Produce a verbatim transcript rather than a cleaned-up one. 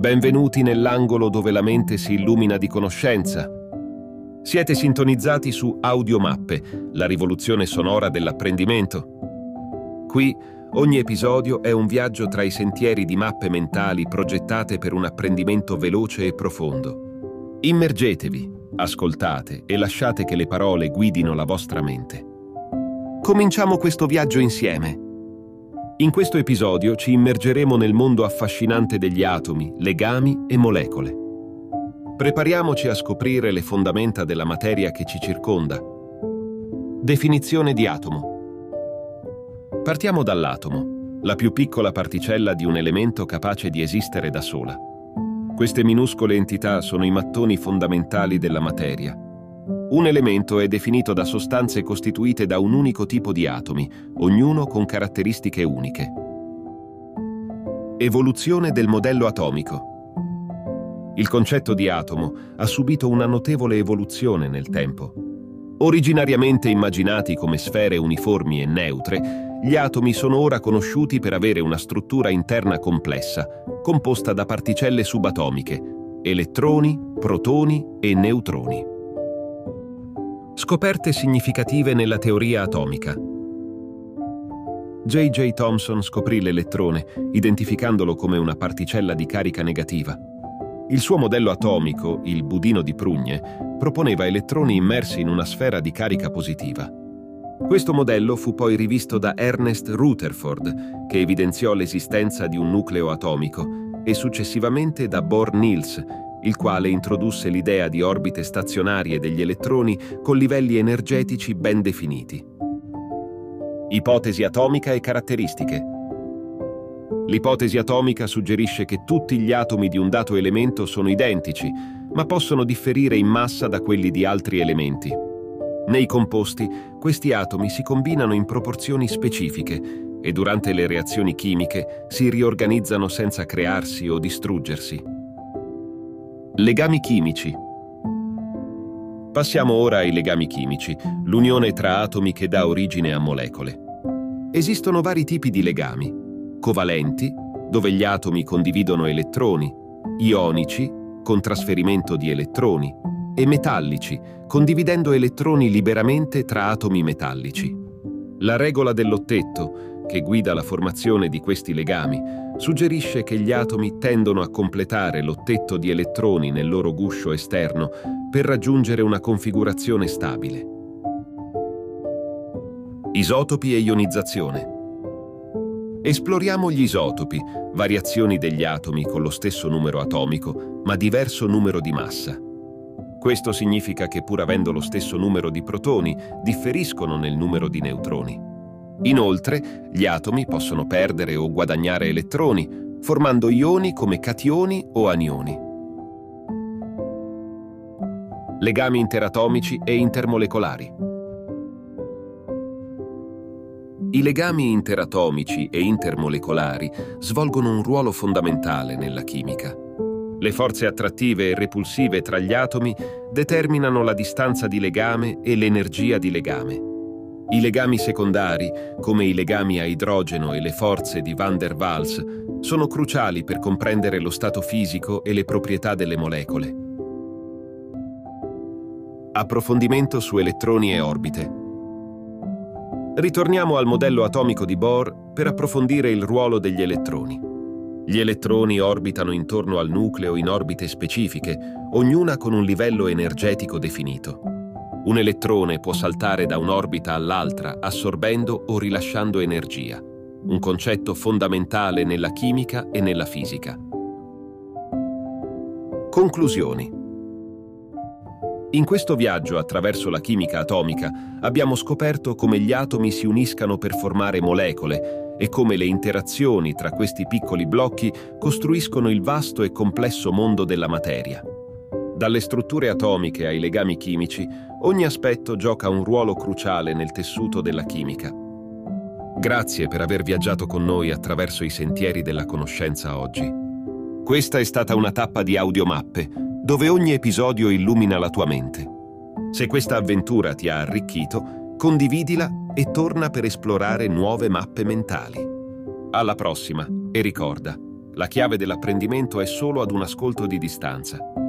Benvenuti nell'angolo dove la mente si illumina di conoscenza. Siete sintonizzati su Audiomappe, la rivoluzione sonora dell'apprendimento. Qui ogni episodio è un viaggio tra i sentieri di mappe mentali progettate per un apprendimento veloce e profondo. Immergetevi, ascoltate e lasciate che le parole guidino la vostra mente. Cominciamo questo viaggio insieme. In questo episodio ci immergeremo nel mondo affascinante degli atomi, legami e molecole. Prepariamoci a scoprire le fondamenta della materia che ci circonda. Definizione di atomo. Partiamo dall'atomo, la più piccola particella di un elemento capace di esistere da sola. Queste minuscole entità sono i mattoni fondamentali della materia. Un elemento è definito da sostanze costituite da un unico tipo di atomi, ognuno con caratteristiche uniche. Evoluzione del modello atomico. Il concetto di atomo ha subito una notevole evoluzione nel tempo. Originariamente immaginati come sfere uniformi e neutre, gli atomi sono ora conosciuti per avere una struttura interna complessa, composta da particelle subatomiche, elettroni, protoni e neutroni. Scoperte significative nella teoria atomica. J J Thomson scoprì l'elettrone, identificandolo come una particella di carica negativa. Il suo modello atomico, il budino di Prugne, proponeva elettroni immersi in una sfera di carica positiva. Questo modello fu poi rivisto da Ernest Rutherford, che evidenziò l'esistenza di un nucleo atomico, e successivamente da Bohr-Niels, il quale introdusse l'idea di orbite stazionarie degli elettroni con livelli energetici ben definiti. Ipotesi atomica e caratteristiche. L'ipotesi atomica suggerisce che tutti gli atomi di un dato elemento sono identici, ma possono differire in massa da quelli di altri elementi. Nei composti, questi atomi si combinano in proporzioni specifiche e durante le reazioni chimiche si riorganizzano senza crearsi o distruggersi. Legami chimici. Passiamo ora ai legami chimici, l'unione tra atomi che dà origine a molecole. Esistono vari tipi di legami: covalenti, dove gli atomi condividono elettroni, ionici, con trasferimento di elettroni, e metallici, condividendo elettroni liberamente tra atomi metallici. La regola dell'ottetto, che guida la formazione di questi legami, suggerisce che gli atomi tendono a completare l'ottetto di elettroni nel loro guscio esterno per raggiungere una configurazione stabile. Isotopi e ionizzazione. Esploriamo gli isotopi, variazioni degli atomi con lo stesso numero atomico, ma diverso numero di massa. Questo significa che, pur avendo lo stesso numero di protoni, differiscono nel numero di neutroni. Inoltre, gli atomi possono perdere o guadagnare elettroni, formando ioni come cationi o anioni. Legami interatomici e intermolecolari. I legami interatomici e intermolecolari svolgono un ruolo fondamentale nella chimica. Le forze attrattive e repulsive tra gli atomi determinano la distanza di legame e l'energia di legame. I legami secondari, come i legami a idrogeno e le forze di van der Waals, sono cruciali per comprendere lo stato fisico e le proprietà delle molecole. Approfondimento su elettroni e orbite. Ritorniamo al modello atomico di Bohr per approfondire il ruolo degli elettroni. Gli elettroni orbitano intorno al nucleo in orbite specifiche, ognuna con un livello energetico definito. Un elettrone può saltare da un'orbita all'altra assorbendo o rilasciando energia, un concetto fondamentale nella chimica e nella fisica. Conclusioni. In questo viaggio attraverso la chimica atomica abbiamo scoperto come gli atomi si uniscano per formare molecole e come le interazioni tra questi piccoli blocchi costruiscono il vasto e complesso mondo della materia. Dalle strutture atomiche ai legami chimici, ogni aspetto gioca un ruolo cruciale nel tessuto della chimica. Grazie per aver viaggiato con noi attraverso i sentieri della conoscenza oggi. Questa è stata una tappa di Audiomappe, dove ogni episodio illumina la tua mente. Se questa avventura ti ha arricchito, condividila e torna per esplorare nuove mappe mentali. Alla prossima e ricorda, La chiave dell'apprendimento è solo ad un ascolto di distanza.